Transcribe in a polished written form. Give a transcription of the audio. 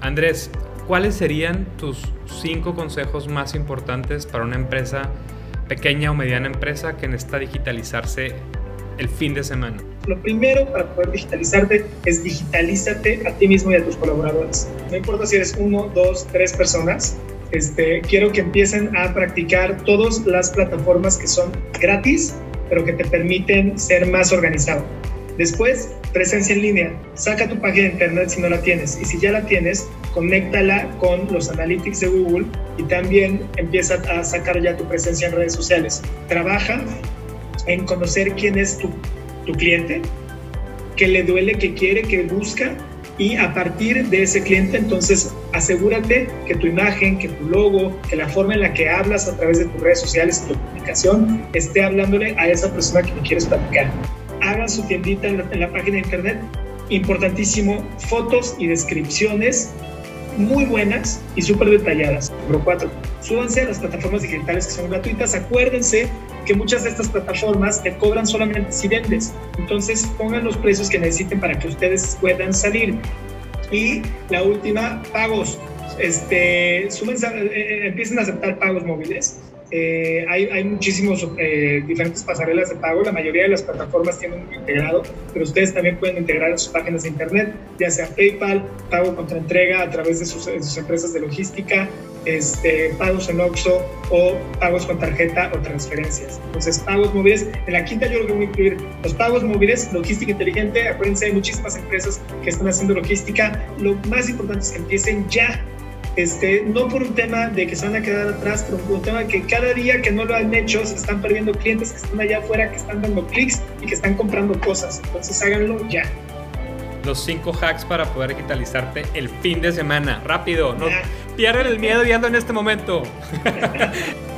Andrés, ¿cuáles serían tus 5 consejos más importantes para una empresa, pequeña o mediana empresa, que necesita digitalizarse el fin de semana? Lo primero para poder digitalizarte es digitalízate a ti mismo y a tus colaboradores. No importa si eres 1, 2, 3 personas. Quiero que empiecen a practicar todas las plataformas que son gratis, pero que te permiten ser más organizado. Después, presencia en línea. Saca tu página de internet si no la tienes. Y si ya la tienes, conéctala con los analytics de Google y también empieza a sacar ya tu presencia en redes sociales. Trabaja en conocer quién es tu cliente, qué le duele, qué quiere, qué busca, y a partir de ese cliente, entonces asegúrate que tu imagen, que tu logo, que la forma en la que hablas a través de tus redes sociales y tu comunicación esté hablándole a esa persona que le quieres platicar. Hagan su tiendita en la página de internet. Importantísimo, fotos y descripciones muy buenas y súper detalladas. Número 4, súbanse a las plataformas digitales que son gratuitas. Acuérdense que muchas de estas plataformas te cobran solamente si vendes. Entonces pongan los precios que necesiten para que ustedes puedan salir. Y la última, pagos. Súmense, empiecen a aceptar pagos móviles. Hay muchísimos diferentes pasarelas de pago. La mayoría de las plataformas tienen un integrado, pero ustedes también pueden integrar en sus páginas de internet, ya sea PayPal, pago contra entrega a través de sus empresas de logística, pagos en Oxxo o pagos con tarjeta o transferencias. Entonces, pagos móviles. En la quinta yo lo que voy a incluir los pagos móviles, logística inteligente. Acuérdense, hay muchísimas empresas que están haciendo logística. Lo más importante es que empiecen ya. No por un tema de que se van a quedar atrás, pero por un tema de que cada día que no lo han hecho se están perdiendo clientes que están allá afuera, que están dando clics y que están comprando cosas. Entonces háganlo ya. Los 5 hacks para poder digitalizarte el fin de semana. Rápido, no pierdan el miedo y ando en este momento.